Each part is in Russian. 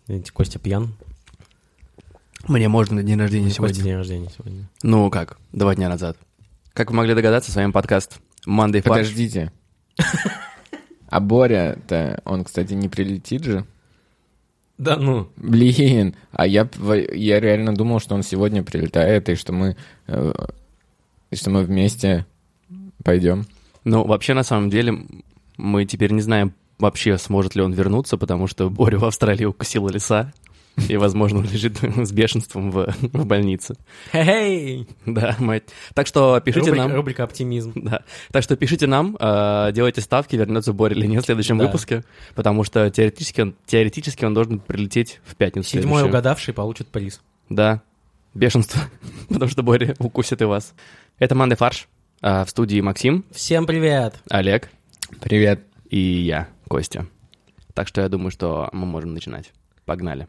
Костя пьян. Мне можно на день рождения сегодня. Костя день рождения сегодня. Ну как, 2 дня назад. Как вы могли догадаться, с вами подкаст Monday Farsh. Подождите. А Боря-то, он, кстати, не прилетит же? Да ну. Блин, а я реально думал, что он сегодня прилетает, и что мы вместе пойдем. Ну, вообще, на самом деле, мы теперь не знаем вообще, сможет ли он вернуться, потому что Борю в Австралии укусила лиса, и, возможно, он лежит с бешенством в больнице. Хей! Да, мать. Так что пишите нам. Рубрика «Оптимизм». Да. Так что пишите нам, делайте ставки, вернется Боря или нет в следующем выпуске, потому что теоретически он должен прилететь в пятницу. 7-й угадавший получит приз. Да, бешенство, потому что Боря укусит и вас. Это Monday Farsh, в студии Максим. Всем привет! Олег. Привет. И я, Костя. Так что я думаю, что мы можем начинать. Погнали.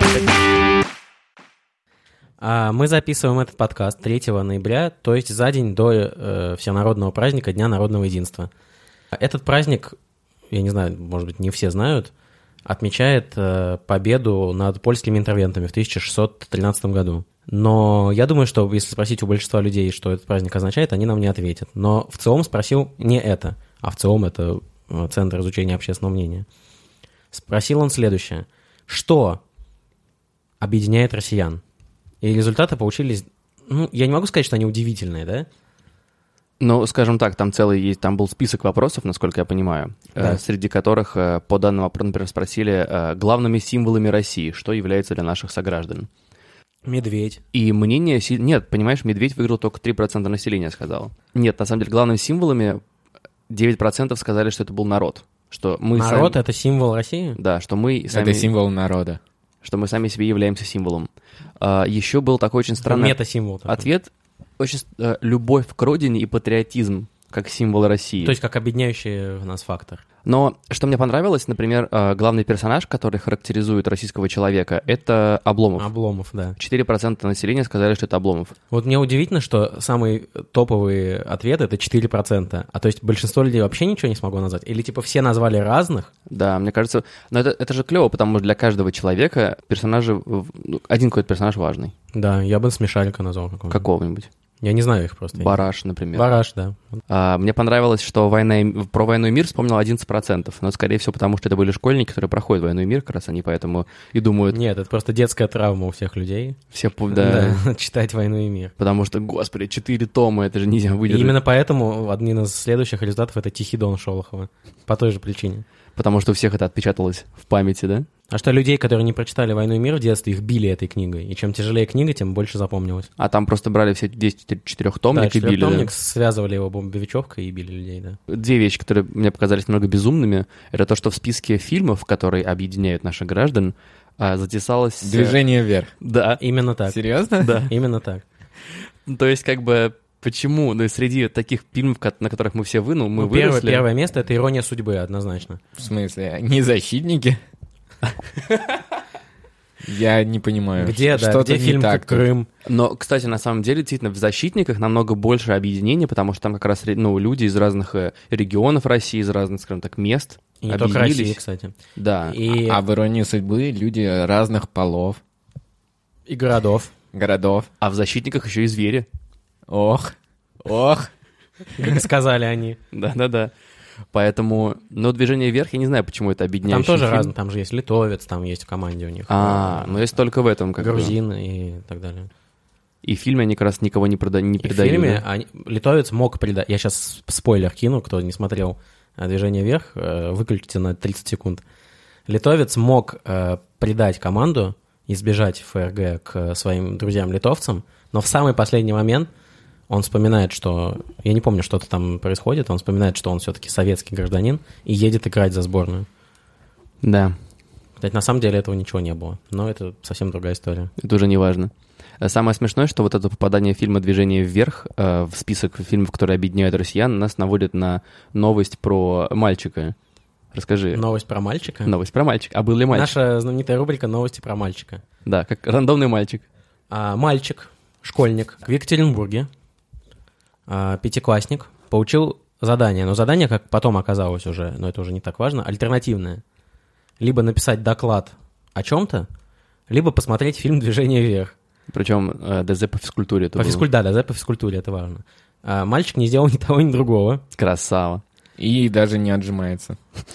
Мы записываем этот подкаст 3 ноября, то есть за день до всенародного праздника Дня народного единства. Этот праздник, я не знаю, может быть, не все знают, отмечает победу над польскими интервентами в 1613 году. Но я думаю, что если спросить у большинства людей, что этот праздник означает, они нам не ответят. Но в ЦИОМ спросил не это, а в ЦИОМ это Центр изучения общественного мнения. Спросил он следующее. Что объединяет россиян? И результаты получились... Ну, я не могу сказать, что они удивительные, да? Ну, скажем так, там был список вопросов, насколько я понимаю, да. Среди которых, по данным вопросам, например, спросили главными символами России, что является для наших сограждан. Медведь. И мнение... Нет, понимаешь, медведь выиграл только 3% населения, сказал. Нет, на самом деле, главными символами 9% сказали, что это был народ. Что мы народ сами... — это символ России? Да, что мы сами... Это символ народа. Что мы сами себе являемся символом. Еще был такой очень странный мета-символ такой. Ответ. Очень любовь к родине и патриотизм как символ России. То есть как объединяющий нас фактор. Но что мне понравилось, например, главный персонаж, который характеризует российского человека, это Обломов. Обломов, да. 4% населения сказали, что это Обломов. Вот мне удивительно, что самый топовый ответ — это 4%. А то есть большинство людей вообще ничего не смогло назвать? Или типа все назвали разных? Да, мне кажется... Но это же клево, потому что для каждого человека один какой-то персонаж важный. Да, я бы Смешарика назвал какого-нибудь. Какого-нибудь. Я не знаю их просто. Бараш, например. Бараш, да. Мне понравилось, что про «Войну и мир» вспомнил 11%, но, скорее всего, потому что это были школьники, которые проходят «Войну и мир», как раз они поэтому и думают... Нет, это просто детская травма у всех людей. Все, да. Читать «Войну и мир». Потому что, господи, 4 тома, это же нельзя выдержать. И именно поэтому один из следующих результатов — это «Тихий дон» Шолохова. По той же причине. Потому что у всех это отпечаталось в памяти, да? А что людей, которые не прочитали «Войну и мир» в детстве, их били этой книгой. И чем тяжелее книга, тем больше запомнилось. А там просто брали все 4-томник и били, да? 4-томник, связывали его бомбовичевкой и били людей, да. 2 вещи, которые мне показались немного безумными, это то, что в списке фильмов, которые объединяют наших граждан, затесалось... «Движение вверх». Да. Именно так. Серьезно? Да. Именно так. То есть, как бы... Почему? Ну, среди таких фильмов, на которых мы все выросли... Первое место — это «Ирония судьбы», однозначно. В смысле? Не «Защитники»? Я не понимаю. Где фильм «Крым»? Но, кстати, на самом деле, действительно, в «Защитниках» намного больше объединений, потому что там как раз люди из разных регионов России, из разных, скажем так, мест и не только России, кстати. Да. А в «Иронии судьбы» люди разных полов. И городов. А в «Защитниках» еще и звери. Ох. Как сказали они. Да. Поэтому, «Движение вверх», я не знаю, почему это объединяющий фильм. Там тоже фильм. разные, там же есть литовец, там есть в команде у них. Но есть только в этом. Грузин и так далее. И в фильме они как раз никого не предают. В фильме литовец мог предать. Я сейчас спойлер кину, кто не смотрел «Движение вверх», выключите на 30 секунд. Литовец мог предать команду и сбежать в ФРГ к своим друзьям-литовцам, но в самый последний момент он вспоминает, что... Я не помню, что-то там происходит. Он вспоминает, что он все-таки советский гражданин и едет играть за сборную. Да. Кстати, на самом деле этого ничего не было. Но это совсем другая история. Это уже не важно. Самое смешное, что вот это попадание фильма «Движение вверх» в список фильмов, которые объединяют россиян, нас наводит на новость про мальчика. Расскажи. Новость про мальчика? Новость про мальчика. А был ли мальчик? Наша знаменитая рубрика «Новости про мальчика». Да, как рандомный мальчик. Мальчик, школьник в Екатеринбурге, 5-классник, получил задание. Но задание, как потом оказалось уже, но это уже не так важно, альтернативное. Либо написать доклад о чем-то, либо посмотреть фильм «Движение вверх». Причем ДЗ по физкультуре это было. Да, ДЗ по физкультуре, это важно. Мальчик не сделал ни того, ни другого. Красава. И даже не отжимается.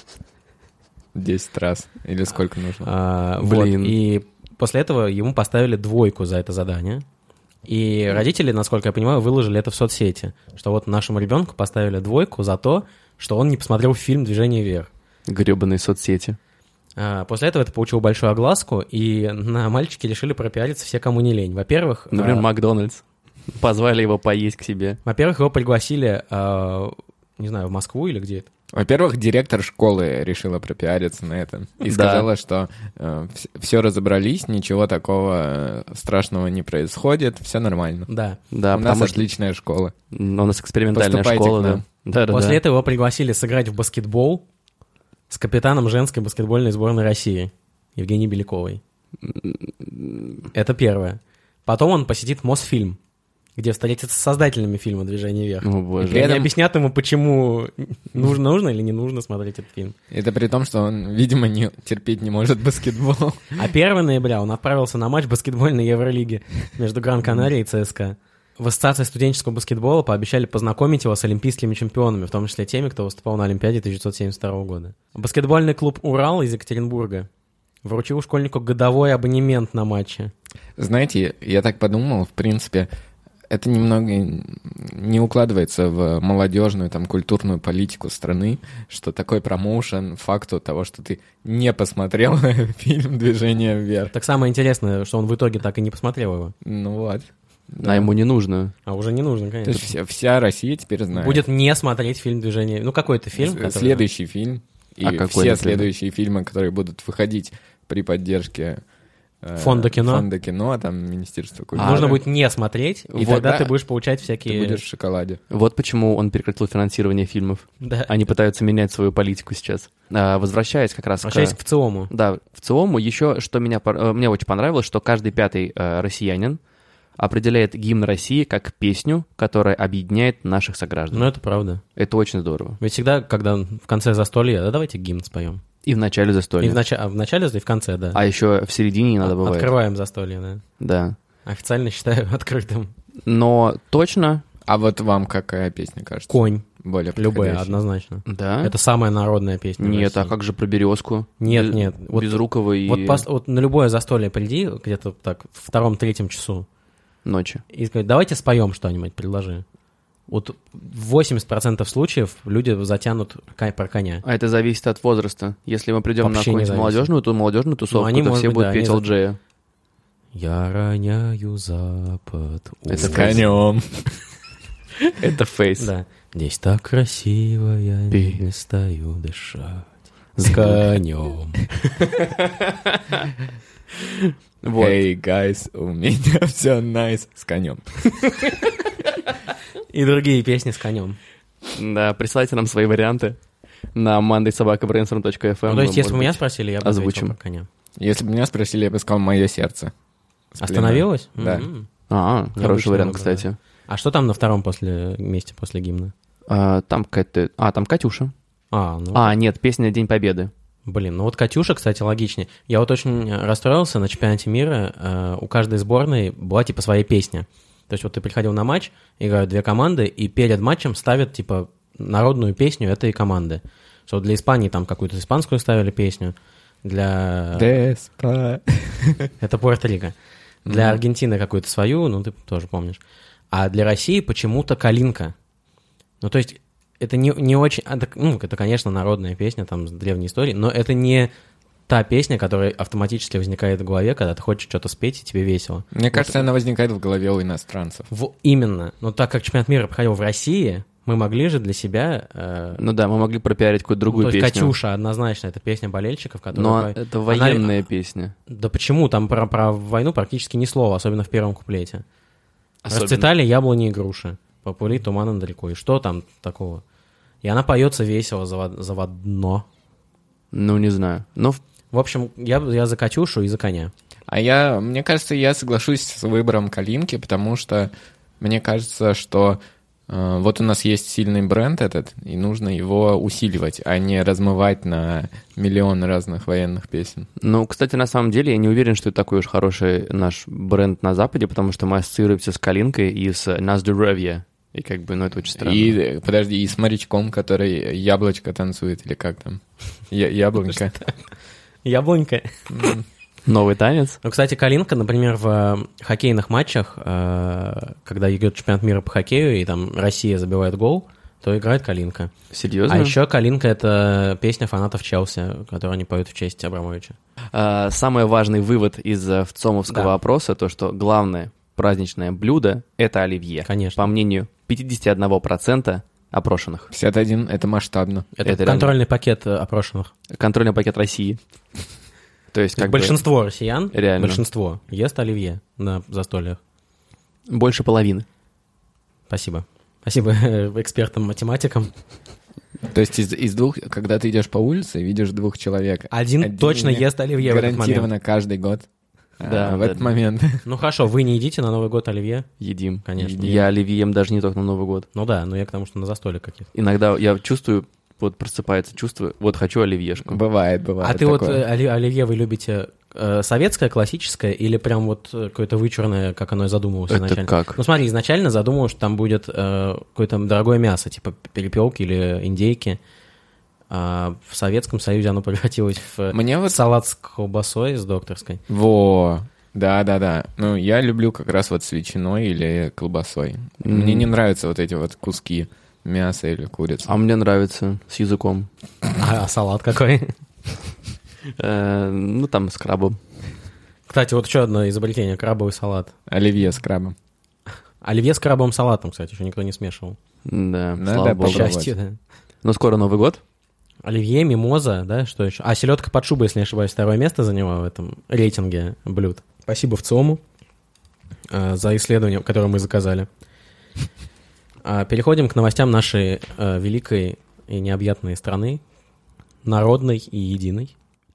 10 раз. Или сколько нужно. Блин. Вот, и после этого ему поставили 2 за это задание. И родители, насколько я понимаю, выложили это в соцсети. Что вот нашему ребенку поставили 2 за то, что он не посмотрел фильм «Движение вверх». Гребаные соцсети. После этого это получило большую огласку, и на мальчике решили пропиариться все, кому не лень. Во-первых... Например, Макдональдс. Позвали его поесть к себе. Во-первых, его пригласили, не знаю, в Москву или где это. Во-первых, директор школы решила пропиариться на этом. И сказала, что все разобрались, ничего такого страшного не происходит, все нормально. Да. У нас отличная школа. У нас экспериментальная школа, да. После этого его пригласили сыграть в баскетбол с капитаном женской баскетбольной сборной России Евгенией Беляковой. Это первое. Потом он посетит Мосфильм, где встретится с создателями фильма «Движение вверх». О, боже. И при этом они объяснят ему, почему нужно или не нужно смотреть этот фильм. Это при том, что он, видимо, терпеть не может баскетбол. А 1 ноября он отправился на матч баскетбольной Евролиги между Гран-Канарией и ЦСКА. В Ассоциации студенческого баскетбола пообещали познакомить его с олимпийскими чемпионами, в том числе теми, кто выступал на Олимпиаде 1972 года. Баскетбольный клуб «Урал» из Екатеринбурга вручил школьнику годовой абонемент на матчи. Знаете, я так подумал, в принципе, это немного не укладывается в молодежную, там, культурную политику страны, что такой промоушен факту того, что ты не посмотрел фильм «Движение вверх». Так самое интересное, что он в итоге так и не посмотрел его. Ну вот. Да. А ему не нужно. А уже не нужно, конечно. То есть вся Россия теперь знает. Будет не смотреть фильм «Движение». Ну, какой-то фильм. Следующий фильм. И все следующие фильмы, которые будут выходить при поддержке Фонда кино, там, Министерства культуры. Нужно будет не смотреть, и вот, тогда ты будешь получать всякие... Ты будешь в шоколаде. Вот почему он прекратил финансирование фильмов. Да. Они пытаются менять свою политику сейчас. Возвращаясь как раз к ЦИОМу. Да, в ЦИОМу еще, что мне очень понравилось, что каждый 5-й россиянин определяет гимн России как песню, которая объединяет наших сограждан. Ну, это правда. Это очень здорово. Ведь всегда, когда в конце застолья, да, давайте гимн споем. И в начале застолья. И в начале, и в конце, да. А еще в середине не надо бывает. Открываем застолье, да. Да. Официально считаю открытым. Но точно... А вот вам какая песня кажется? «Конь». Более любая, однозначно. Да? Это самая народная песня. Нет, а как же про «Березку»? Нет. Безрукова и... Вот на любое застолье приди, где-то так в 2-3 часу. Ночи. И сказать, давайте споем что-нибудь, предложи. Вот в 80% случаев люди затянут про коня. А это зависит от возраста. Если мы придем вообще на какую-нибудь молодежную тусовку, они, то все будут петь Элджея. Я роняю запад. Это с конем. Это Фейс. Да. Здесь так красиво, я не перестаю дышать. С конем. Вот. Hey, guys, у меня все nice с конем. И другие песни с конем. Да, присылайте нам свои варианты на mondaysobakabrainstorm.fm. Ну, то есть, если бы меня спросили, я бы озвучим про коня. Если бы меня спросили, я бы сказал «Моё сердце». Остановилось? Да. Хороший вариант, кстати. А что там на втором месте после гимна? Там какая-то... там Катюша. Нет, песня «День Победы». Блин, ну вот «Катюша», кстати, логичнее. Я вот очень расстроился на чемпионате мира. У каждой сборной была, типа, своя песня. То есть вот ты приходил на матч, играют 2 команды, и перед матчем ставят, типа, народную песню этой команды. Что для Испании там какую-то испанскую ставили песню. Для... Это Пуэрто-Рико. Для Аргентины какую-то свою, ну, ты тоже помнишь. А для России почему-то «Калинка». Ну, то есть... Это не очень... это, конечно, народная песня, там, с древней историей, но это не та песня, которая автоматически возникает в голове, когда ты хочешь что-то спеть, и тебе весело. Мне кажется, она возникает в голове у иностранцев. Именно. Но так как чемпионат мира проходил в России, мы могли же для себя... мы могли пропиарить какую-то другую песню. То есть «Катюша» однозначно, это песня болельщиков, которая... Но это военная песня. Да почему? Там про войну практически ни слова, особенно в первом куплете. Расцветали яблони и груши. Попули туман над рекой. Что там такого? И она поется весело, заводно. Ну, не знаю. Но... В общем, я за «Катюшу» и за коня. А мне кажется, я соглашусь с выбором «Калинки», потому что мне кажется, что вот у нас есть сильный бренд этот, и нужно его усиливать, а не размывать на миллион разных военных песен. Ну, кстати, на самом деле, я не уверен, что это такой уж хороший наш бренд на Западе, потому что мы ассоциируемся с Калинкой и с «На здоровье». И как бы, ну, это очень странно. И, подожди, и с морячком, который яблочко танцует, или как там? Яблонька. Яблонька. Новый танец? Ну, кстати, Калинка, например, в хоккейных матчах, когда идет чемпионат мира по хоккею, и там Россия забивает гол, то играет Калинка. Серьезно? А еще Калинка — это песня фанатов Челси, которую они поют в честь Абрамовича. Самый важный вывод из ВЦОМовского опроса, то, что главное праздничное блюдо — это оливье. Конечно. По мнению 51% опрошенных. 51 — это масштабно. Это контрольный пакет опрошенных. Контрольный пакет России. То есть как большинство россиян, реально. Большинство ест оливье на застольях. Больше половины. Спасибо. Спасибо экспертам-математикам. То есть из двух, когда ты идешь по улице, видишь двух человек. Один точно ест оливье в этот момент. Гарантированно каждый год. Да, в этот момент. Ну хорошо, вы не едите на Новый год оливье? Едим. Конечно. Я оливье ем даже не только на Новый год. Ну да, но я к тому, что на застолье каких-то. Иногда я чувствую, вот просыпается чувство, вот хочу оливьешку. Бывает. А ты вот оливье вы любите советское, классическое или прям вот какое-то вычурное, как оно и задумывалось Это изначально? как? Ну смотри, изначально задумывалось, что там будет какое-то дорогое мясо, типа перепелки или индейки. А в Советском Союзе оно превратилось в салат с колбасой, с докторской. Во, да. Ну, я люблю как раз вот с ветчиной или колбасой. Мне не нравятся вот эти вот куски мяса или курицы. А мне нравится с языком. А салат какой? Ну, там с крабом. Кстати, вот еще одно изобретение — крабовый салат. Оливье с крабом. Оливье с крабовым салатом, кстати, еще никто не смешивал. Да, Надо слава богу. К счастью, да. Но скоро Новый год. Оливье, мимоза, да, что еще? А селедка под шубой, если не ошибаюсь, второе место заняла в этом рейтинге блюд. Спасибо ВЦИОМу за исследование, которое мы заказали. Переходим к новостям нашей великой и необъятной страны, народной и единой.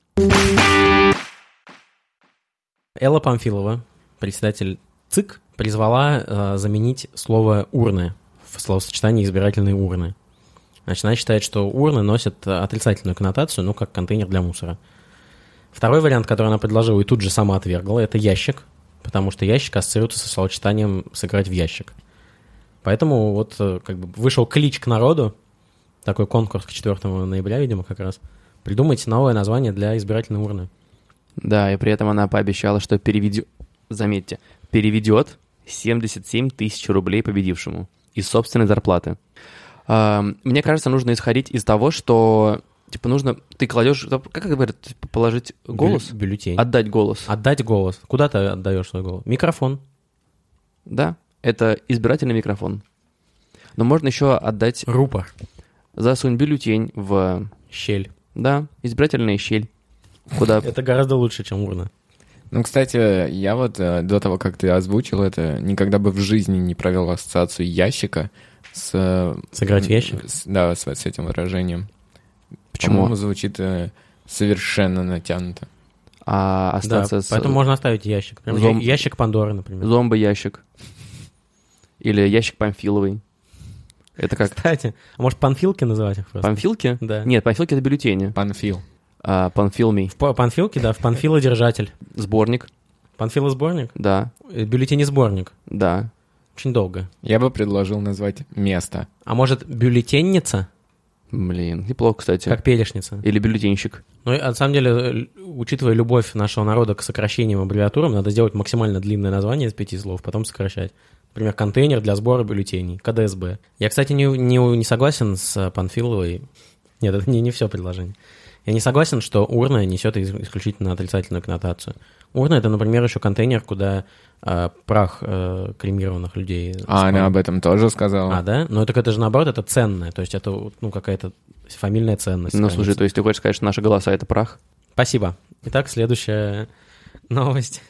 Элла Памфилова, председатель ЦИК, призвала заменить слово «урны» в словосочетании «избирательные урны». Значит, она считает, что урны носят отрицательную коннотацию, ну, как контейнер для мусора. Второй вариант, который она предложила и тут же сама отвергла, это ящик, потому что ящик ассоциируется со словосочетанием «сыграть в ящик». Поэтому вот как бы вышел клич к народу, такой конкурс к 4 ноября, видимо, как раз. Придумайте новое название для избирательной урны. Да, и при этом она пообещала, что переведет 77 тысяч рублей победившему из собственной зарплаты. Мне кажется, нужно исходить из того, что типа нужно... Ты кладешь... Как говорят? Типа, положить голос? Бюллетень. Отдать голос. Отдать голос. Куда ты отдаешь свой голос? Микрофон. Да, это избирательный микрофон. Но можно еще отдать... Рупор. Засунь бюллетень в... Щель. Да, избирательная щель. Куда... Это гораздо лучше, чем урна. Ну, кстати, я вот до того, как ты озвучил это, никогда бы в жизни не провел ассоциацию ящика с... Сыграть в ящик? Да, с этим выражением. Почему? По-моему, звучит совершенно натянуто. А остаться да, поэтому можно оставить ящик. Прям ящик Пандоры, например. Зомбо-ящик. Или ящик Памфиловый. Это как... Кстати, а может Панфилки называть их просто? Панфилки? Да. Нет, Панфилки — это бюллетени. Панфил. Панфилми. В Панфилке, да, в Панфилодержатель. Сборник. Панфилосборник? Да. Бюллетенесборник. Да. Очень долго. Я бы предложил назвать место. А может бюллетенница? Блин, неплохо, кстати. Как перешница. Или бюллетенщик. Ну, на самом деле, учитывая любовь нашего народа к сокращениям и аббревиатурам, надо сделать максимально длинное название из 5 слов, потом сокращать. Например, контейнер для сбора бюллетеней, КДСБ. Я, кстати, не согласен с Панфиловой. Нет, это не все предложение. Я не согласен, что урна несет исключительно отрицательную коннотацию. Урна — это, например, еще контейнер, куда прах кремированных людей... Она об этом тоже сказала. А, да? Но так это же, наоборот, это ценное. То есть это какая-то фамильная ценность. Ну, слушай, то есть ты хочешь сказать, что наши голоса — это прах? Спасибо. Итак, следующая новость.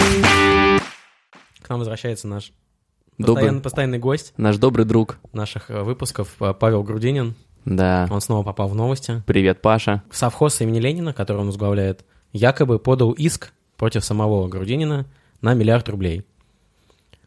К нам возвращается наш постоянный гость. Наш добрый друг. Наших выпусков Павел Грудинин. Да. Он снова попал в новости. Привет, Паша. Совхоз имени Ленина, который он возглавляет, якобы подал иск против самого Грудинина на 1 миллиард рублей.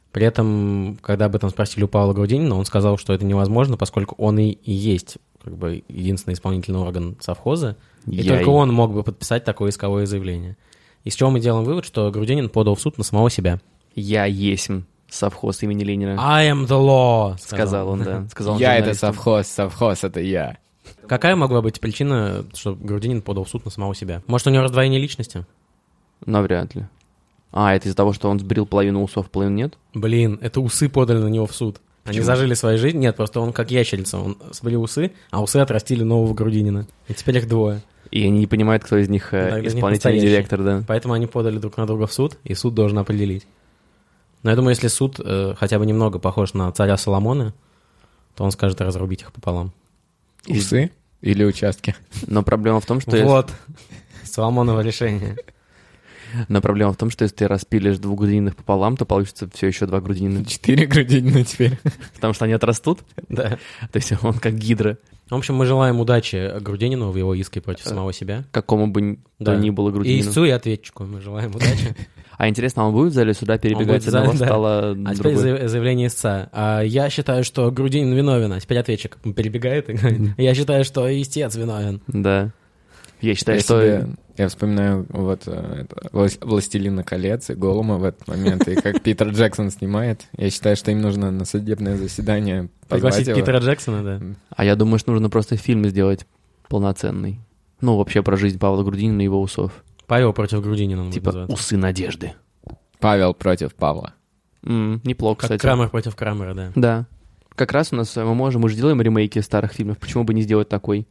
При этом, когда об этом спросили у Павла Грудинина, он сказал, что это невозможно, поскольку он и есть как бы единственный исполнительный орган совхоза, и только он мог бы подписать такое исковое заявление. Из чего мы делаем вывод, что Грудинин подал в суд на самого себя. Я есть совхоз имени Ленина. I am the law, сказал он, да. Сказал он я это журналистам. совхоз это я. Какая могла быть причина, что Грудинин подал в суд на самого себя? Может, у него раздвоение личности? Навряд ли. Это из-за того, что он сбрил половину усов, половину нет? Блин, это усы подали на него в суд. Они Почему? зажили свою жизнь. Нет, просто он как ящерица. Он сбрил усы, а усы отрастили нового Грудинина. И теперь их двое. И они не понимают, кто из них исполнительный директор, да. Поэтому они подали друг на друга в суд, и суд должен определить. Но я думаю, если суд хотя бы немного похож на царя Соломона, то он скажет разрубить их пополам. Усы или участки? Но проблема в том, что... Вот, Соломоново решение. Но проблема в том, что если ты распилишь двух Грудининых пополам, то получится все еще 2 Грудинина. 4 Грудинина теперь. Потому что они отрастут. Да. То есть он как гидра. В общем, мы желаем удачи Грудинину в его иске против самого себя. Какому бы то ни было И Грудинину. истцу, и ответчику мы желаем удачи. А интересно, он будет в зале суда перебегать с одного стола А теперь заявление истца. Я считаю, что Грудинин виновен, а теперь ответчик перебегает и говорит, я считаю, что истец виновен. Да. Я считаю, что... Я вспоминаю «Властелина колец» и Голума в этот момент, и как Питер Джексон снимает. Я считаю, что им нужно на судебное заседание пригласить Питера Джексона, да. А я думаю, что нужно просто фильм сделать полноценный. Ну, вообще про жизнь Павла Грудинина и его усов. Павел против Грудинина. Типа «Усы надежды». Павел против Павла. Неплохо, как кстати. Крамер против Крамера, да. Да. Как раз у нас мы же делаем ремейки старых фильмов. Почему бы не сделать такой?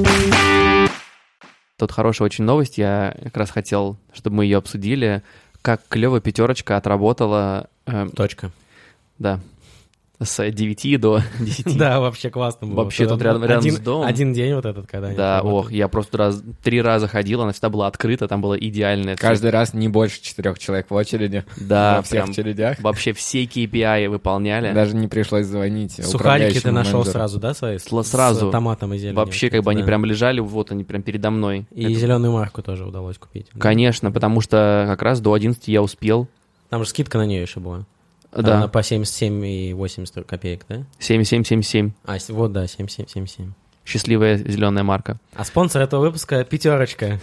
Тут хорошая очень новость, я как раз хотел, чтобы мы ее обсудили. Как клево «Пятерочка» отработала... Точка. Да. С 9 до 10. Да, вообще классно было. Вообще тут рядом с домом. Один день вот этот, когда... Да, я просто 3 раза ходил, она всегда была открыта, там было идеальное... Каждый раз не больше 4 человек в очереди. Да, во всех очередях. Вообще все KPI выполняли. Даже не пришлось звонить. Сухарики ты нашел сразу, да, свои? Сразу. С томатом и зеленью. Вообще, как бы они прям лежали, вот они прям передо мной. И зеленую марку тоже удалось купить. Конечно, потому что как раз до 11 я успел. Там же скидка на нее еще была. Да. Она по 77 и 80 копеек, да? 7777. Вот, да, 7777. Счастливая зеленая марка. А спонсор этого выпуска — «Пятерочка».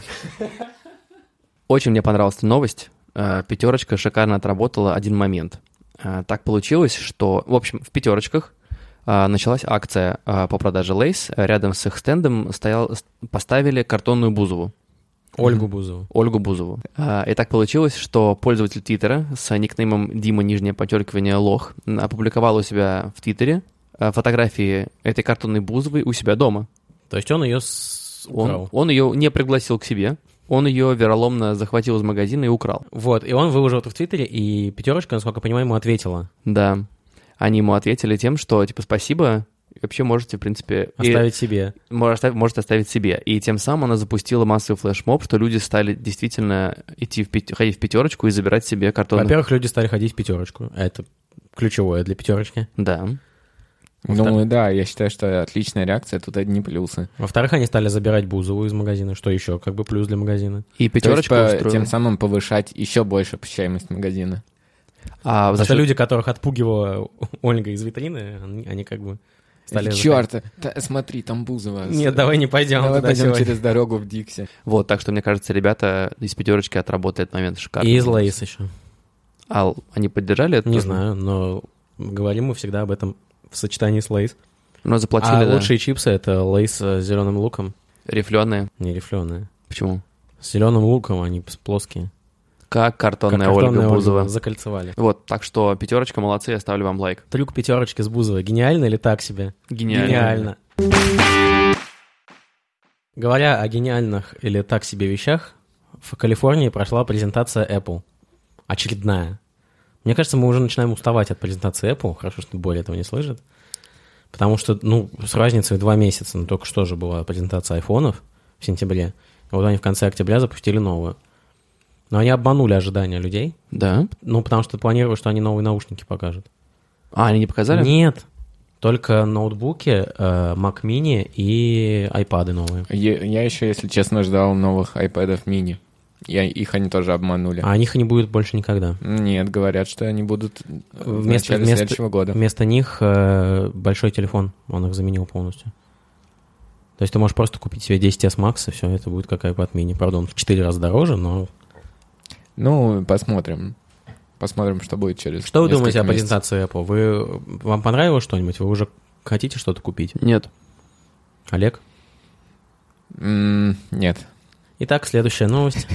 Очень мне понравилась эта новость. «Пятерочка» шикарно отработала один момент. Так получилось, что, в общем, в «Пятерочках» началась акция по продаже Lay's. Рядом с их стендом поставили картонную Бузову. Ольгу Бузову. Ольгу Бузову. И так получилось, что пользователь Твиттера с никнеймом Дима, нижнее подчеркивание, Лох, опубликовал у себя в Твиттере фотографии этой картонной Бузовой у себя дома. То есть он ее украл. Он ее не пригласил к себе, он ее вероломно захватил из магазина и украл. Вот, и он выложил это в Твиттере, и «Пятерочка», насколько я понимаю, ему ответила. Да. Они ему ответили тем, что, типа, спасибо, вообще можете, в принципе... Оставить себе. Может оставить себе. И тем самым она запустила массовый флешмоб, что люди стали действительно ходить в «Пятерочку» и забирать себе картонных... Во-первых, люди стали ходить в «Пятерочку». Это ключевое для «Пятерочки». Да. Ну да, я считаю, что отличная реакция, тут одни плюсы. Во-вторых, они стали забирать Бузову из магазина, что еще как бы плюс для магазина. И «Пятерочка» устроила... тем самым повышать еще больше посещаемость магазина. Потому что люди, которых отпугивала Ольга из витрины, они как бы стали... Черт, смотри, там Бузова. Нет, давай не пойдем. Давай пойдем через дорогу в Дикси. Вот, так что, мне кажется, ребята из «Пятерочки» отработают момент шикарно. И из Lay's еще. А они поддержали это? Не знаю, но говорим мы всегда об этом в сочетании с Lay's. Но заплатили, да. Лучшие чипсы — это Lay's с зеленым луком. Рифленые? Не рифленые. Почему? С зеленым луком, они плоские. Как картонная Ольга Бузова. Закольцевали. Вот, так что «Пятерочка», молодцы, я ставлю вам лайк. Трюк «Пятерочки» с Бузовой. Гениально или так себе? Гениально. Говоря о гениальных или так себе вещах, в Калифорнии прошла презентация Apple. Очередная. Мне кажется, мы уже начинаем уставать от презентации Apple. Хорошо, что Боря этого не слышит. Потому что, с разницей в 2 месяца, только что же была презентация айфонов в сентябре. И вот они в конце октября запустили новую. Но они обманули ожидания людей. Да? Потому что планировали, что они новые наушники покажут. Они не показали? Нет. Только ноутбуки, Mac Mini и iPad новые. Я еще, если честно, ждал новых iPad'ов mini. Их они тоже обманули. А них не будет больше никогда. Нет, говорят, что они будут в начале следующего года. Вместо них большой телефон, он их заменил полностью. То есть ты можешь просто купить себе 10s Max, и все, это будет как iPad mini. Правда, он в 4 раза дороже, но... Ну, посмотрим. Посмотрим, что будет через Что вы думаете о месяцев. презентации Apple? Вам понравилось что-нибудь? Вы уже хотите что-то купить? Нет. Олег? Нет. Итак, следующая новость.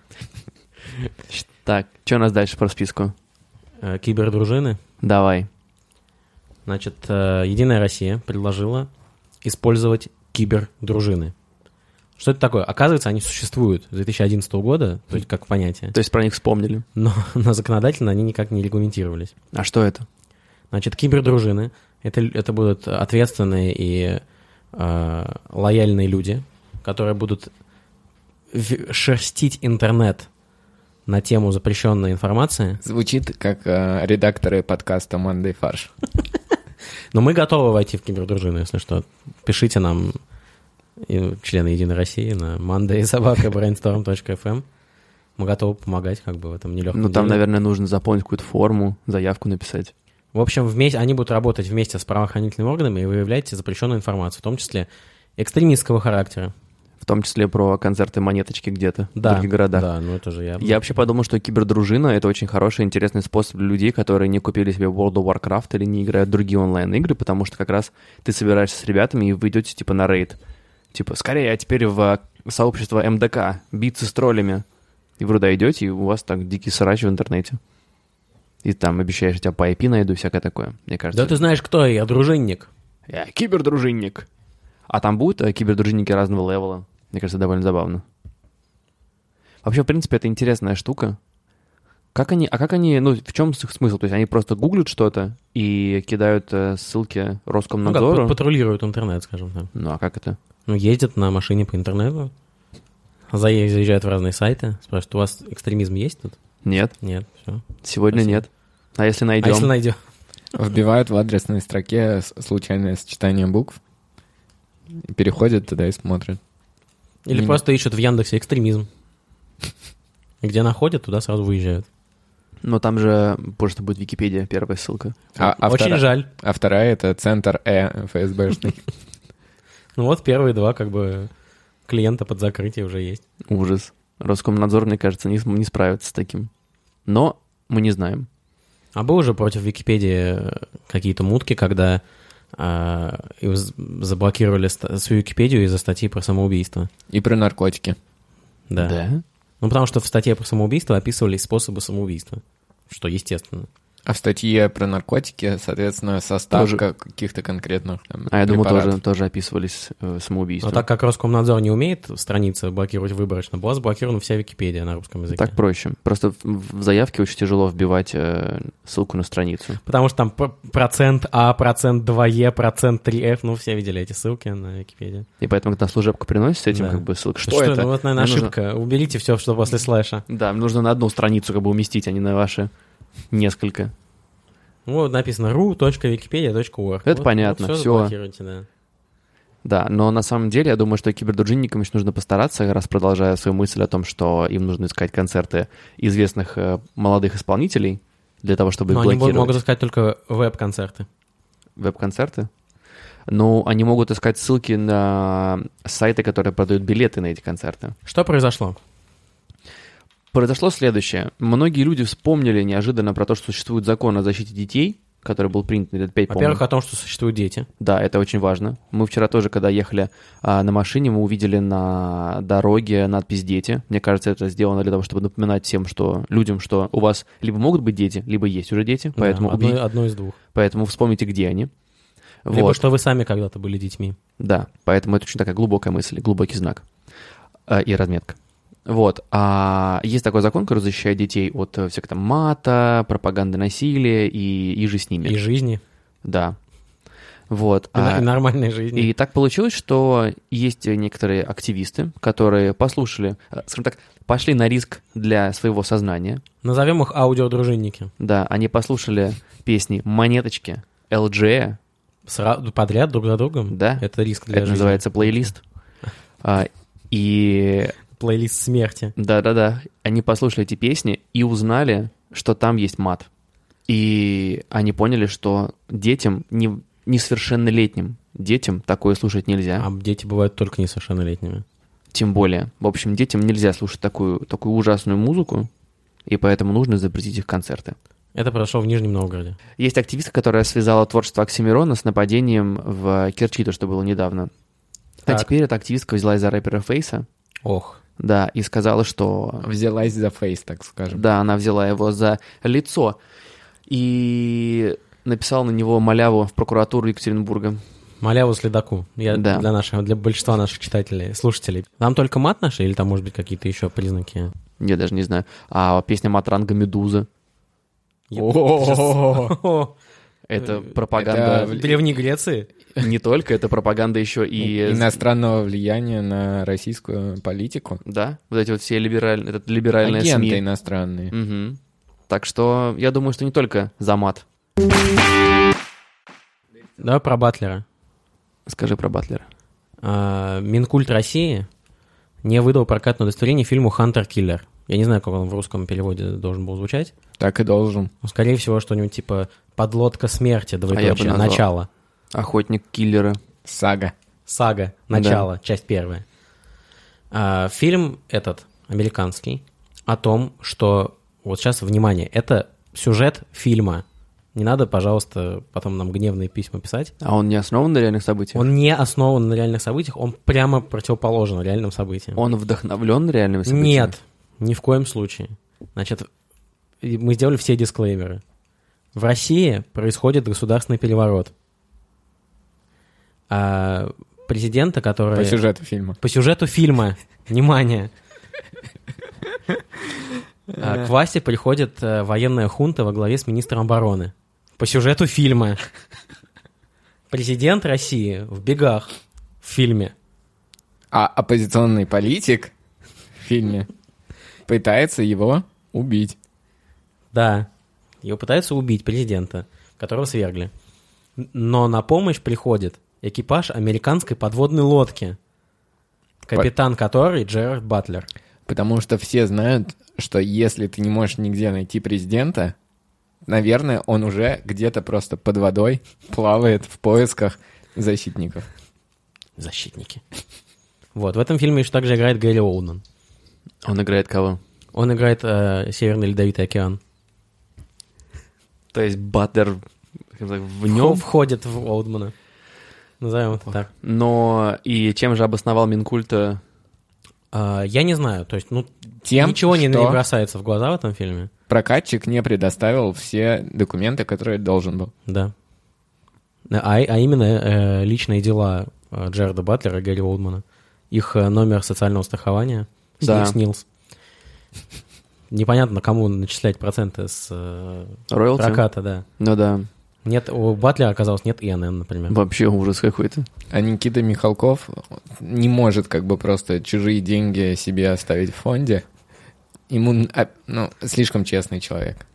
Так, что у нас дальше по списку? Кибердружины. Давай. Значит, Единая Россия предложила использовать кибердружины. Что это такое? Оказывается, они существуют с 2011 года, то есть как понятие, То есть про них вспомнили. но законодательно они никак не регламентировались. А что это? Значит, кибердружины — это будут ответственные и лояльные люди, которые будут шерстить интернет на тему запрещенной информации. Звучит как редакторы подкаста «Monday Фарш». Но мы готовы войти в кибердружину, если что. Пишите нам, члены Единой России, на monday@brainstorm.fm. Мы готовы помогать как бы в этом нелегком Ну, там, деле. наверное, нужно заполнить какую-то форму, заявку написать. В общем, они будут работать вместе с правоохранительными органами и выявлять запрещенную информацию, в том числе экстремистского характера. В том числе про концерты «Монеточки» где-то в Да, других городах. да, ну это же я... Я вообще подумал, что кибердружина — это очень хороший, интересный способ для людей, которые не купили себе World of Warcraft или не играют в другие онлайн-игры, потому что как раз ты собираешься с ребятами и вы идете типа на рейд. Типа, скорее, а теперь в сообщество МДК, биться с троллями. И вы туда идете, и у вас так дикий срач в интернете. И там обещаешь, тебя по IP найду, всякое такое. Мне кажется. Да ты знаешь, кто я, дружинник. Я кибердружинник. А там будут кибердружинники разного левела. Мне кажется, довольно забавно. Вообще, в принципе, это интересная штука. Как они, ну, в чем их смысл? То есть они просто гуглят что-то и кидают ссылки Ну, Роскомнадзору? как патрулируют интернет, скажем так. Ну, а как это? Ну, ездят на машине по интернету, заезжают в разные сайты, спрашивают, у вас экстремизм есть тут? Нет, Нет, все. сегодня Спасибо. нет. А если найдем? А если найдем? Вбивают в адресной строке случайное сочетание букв, переходят туда и смотрят. Или Нет. просто ищут в Яндексе экстремизм. И где находят, туда сразу выезжают. Но там же просто будет Википедия, первая ссылка. Очень жаль. А вторая — это центр ФСБшный. Ну вот первые два как бы клиента под закрытие уже есть. Ужас. Роскомнадзор, мне кажется, не справится с таким. Но мы не знаем. А был уже против Википедии какие-то мутки, когда заблокировали свою Википедию из-за статьи про самоубийство. И про наркотики. Да. Ну, потому что в статье про самоубийство описывались способы самоубийства, что естественно. А в статье про наркотики, соответственно, состав Тоже. каких-то конкретных там, А я думаю, препаратов. тоже описывались самоубийства. Но так как Роскомнадзор не умеет страницы блокировать выборочно, была заблокирована вся Википедия на русском языке. Так проще. Просто в заявке очень тяжело вбивать ссылку на страницу. Потому что там процент А, процент 2Е, процент 3F, ну, все видели эти ссылки на Википедию. И поэтому, когда служебка приносит с этим Да. как бы ссылкой, что Что это? Ну, вот, наверное, Мне нужно- ошибка. Уберите все, что после слэша. Да, мне нужно на одну страницу как бы уместить, а не на ваши несколько. Вот написано ru.wikipedia.org. Это понятно, всё всё. заблокируйте, да. Да, но на самом деле я думаю, что кибердружинникам еще нужно постараться, раз продолжая свою мысль о том, что им нужно искать концерты известных молодых исполнителей для того, чтобы их Но они блокировать. могут искать только веб-концерты. Веб-концерты. Ну, они могут искать ссылки на сайты, которые продают билеты на эти концерты. Что произошло? Произошло следующее. Многие люди вспомнили неожиданно про то, что существует закон о защите детей, который был принят лет 5, Во-первых, по-моему. о том, что существуют дети. Да, это очень важно. Мы вчера тоже, когда ехали на машине, мы увидели на дороге надпись «Дети». Мне кажется, это сделано для того, чтобы напоминать всем, что людям, что у вас либо могут быть дети, либо есть уже дети, поэтому, Да, одно из двух. поэтому вспомните, где они. Либо Вот. что вы сами когда-то были детьми. Да, поэтому это очень такая глубокая мысль, глубокий знак и разметка. Вот. А есть такой закон, который защищает детей от всякого там мата, пропаганды насилия и же с ними. И жизни. Да. Вот. И нормальной жизни. И так получилось, что есть некоторые активисты, которые послушали, скажем так, пошли на риск для своего сознания. Назовем их аудиодружинники. Да, они послушали песни «Монеточки», LG, Подряд друг за другом? Да. Это риск для это жизни. называется плейлист. И Плейлист смерти. Да-да-да. Они послушали эти песни и узнали, что там есть мат. И они поняли, что детям, несовершеннолетним детям такое слушать нельзя. А дети бывают только несовершеннолетними. Тем более. В общем, детям нельзя слушать такую ужасную музыку, и поэтому нужно запретить их концерты. Это произошло в Нижнем Новгороде. Есть активистка, которая связала творчество Оксимирона с нападением в Керчи, то, что было недавно. Так. А теперь эта активистка взялась за рэпера Фейса. Ох. Да, и сказала, что... Взялась за фейс, так скажем. Да, она взяла его за лицо и написала на него маляву в прокуратуру Екатеринбурга. Маляву следаку. Да. Для большинства наших читателей, слушателей. Там только мат наши или там, может быть, какие-то еще признаки? Я даже не знаю. А песня Матранга «Медуза». О, Это пропаганда... Это В Древней Греции? Не только, это пропаганда еще и... иностранного влияния на российскую политику. Да, вот эти вот все либеральные Агенты СМИ. иностранные. Мгм. Так что я думаю, что не только за мат. Давай про Батлера. Скажи про Батлера. Минкульт России не выдал прокатное удостоверение фильму «Хантер-киллер». Я не знаю, как он в русском переводе должен был звучать. Так и должен. Но, скорее всего, что-нибудь типа «Подлодка смерти», я бы двоеточие, назвал. начало. Охотник киллера. Сага. Сага, начало, часть первая. Фильм этот, американский, о том, что... Вот сейчас, внимание, это сюжет фильма. Не надо, пожалуйста, потом нам гневные письма писать. А он не основан на реальных событиях? Он не основан на реальных событиях, он прямо противоположен реальным событиям. Он вдохновлен реальными событиями? Нет, ни в коем случае. Значит, мы сделали все дисклеймеры. В России происходит государственный переворот. А президента, который... По сюжету фильма. По сюжету фильма. Внимание. К власти приходит военная хунта во главе с министром обороны. По сюжету фильма. Президент России в бегах в фильме. А оппозиционный политик в фильме пытается его убить. Да. Его пытаются убить, президента, которого свергли. Но на помощь приходит экипаж американской подводной лодки, капитан которой Джерард Батлер. Потому что все знают, что если ты не можешь нигде найти президента, наверное, он уже где-то просто под водой плавает в поисках защитников. Защитники. Вот, в этом фильме еще также играет Гэри Олдман. Он играет кого? Он играет Северный Ледовитый океан. То есть Батлер в нем? Входит в Олдмана. Назовем это так. Но и чем же обосновал Минкульта? Я не знаю, то есть, Тем, ничего не что бросается в глаза в этом фильме. прокатчик не предоставил все документы, которые должен был. Да. А именно личные дела Джерарда Батлера и Гэри Олдмана. Их номер социального страхования снился. Непонятно, кому начислять проценты с Роялти? проката, да. Ну да. Нет, у Батлера оказалось нет ИНН, например. Вообще ужас какой-то. А Никита Михалков не может как бы просто чужие деньги себе оставить в фонде. Ему, слишком честный человек.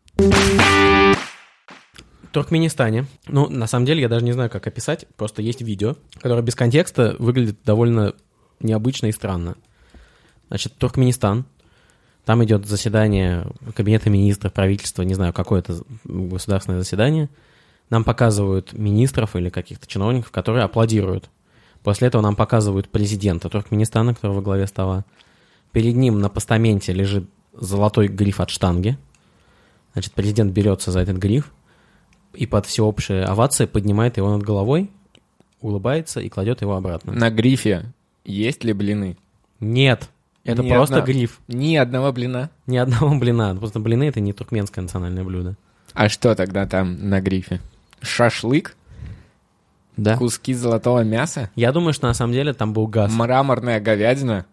В Туркменистане, на самом деле, я даже не знаю, как описать, просто есть видео, которое без контекста выглядит довольно необычно и странно. Значит, Туркменистан, там идет заседание Кабинета министров, правительства, не знаю, какое-то государственное заседание. Нам показывают министров или каких-то чиновников, которые аплодируют. После этого нам показывают президента Туркменистана, который во главе стола. Перед ним на постаменте лежит золотой гриф от штанги. Значит, президент берется за этот гриф и под всеобщие овации поднимает его над головой, улыбается и кладет его обратно. На грифе есть ли блины? Нет. Это просто гриф. Ни одного блина? Ни одного блина. Просто блины — это не туркменское национальное блюдо. А что тогда там на грифе? Шашлык? Да. Куски золотого мяса? Я думаю, что на самом деле там был газ. Мраморная говядина?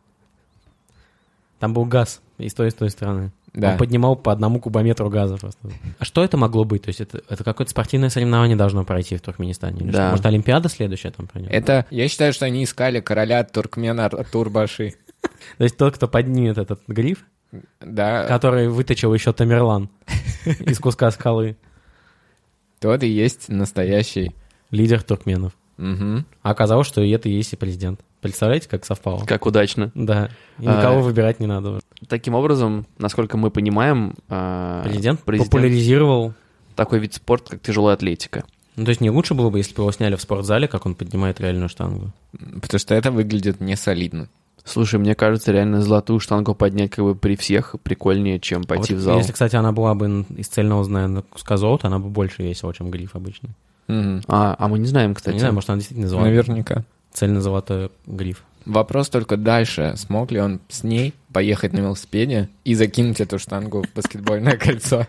Там был газ и с той стороны. Да. Он поднимал по 1 кубометру газа просто. А что это могло быть? То есть это какое-то спортивное соревнование должно пройти в Туркменистане? Или Да. что? Может, Олимпиада следующая там пройдет? Я считаю, что они искали короля Туркмена Турбаши. То есть тот, кто поднимет этот гриф, Да, который выточил еще Тамерлан из куска скалы. тот и есть настоящий. Лидер туркменов. Мгм. А оказалось, что это и есть и президент. Представляете, как совпало? Как удачно. Да. И никого выбирать не надо. Таким образом, насколько мы понимаем, Президент популяризировал. такой вид спорта, как тяжелая атлетика. Ну, то есть не лучше было бы, если бы его сняли в спортзале, как он поднимает реальную штангу? Потому что это выглядит несолидно. Слушай, мне кажется, реально золотую штангу поднять как бы при всех прикольнее, чем пойти Вот в зал. если, кстати, она была бы из цельного, наверное, куска золота, она бы больше весила, чем гриф обычный. Мгм. А мы не знаем, кстати. Не знаю, может, она действительно золотая. Наверняка. Цельно-золотой гриф. Вопрос только дальше. Смог ли он с ней поехать на велосипеде и закинуть эту штангу в баскетбольное кольцо?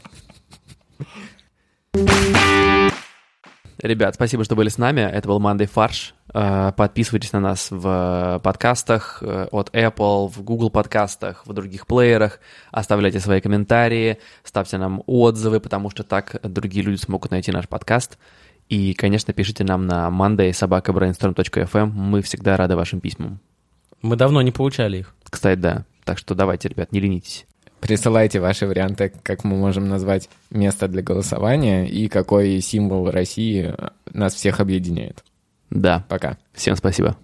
Ребят, спасибо, что были с нами. Это был Monday Фарш. Подписывайтесь на нас в подкастах от Apple, в Google подкастах, в других плеерах. Оставляйте свои комментарии, ставьте нам отзывы, потому что так другие люди смогут найти наш подкаст. И, конечно, пишите нам на monday@brainstorm.fm. Мы всегда рады вашим письмам. Мы давно не получали их. Кстати, да. Так что давайте, ребят, не ленитесь. Присылайте ваши варианты, как мы можем назвать место для голосования и какой символ России нас всех объединяет. Да. Пока. Всем спасибо.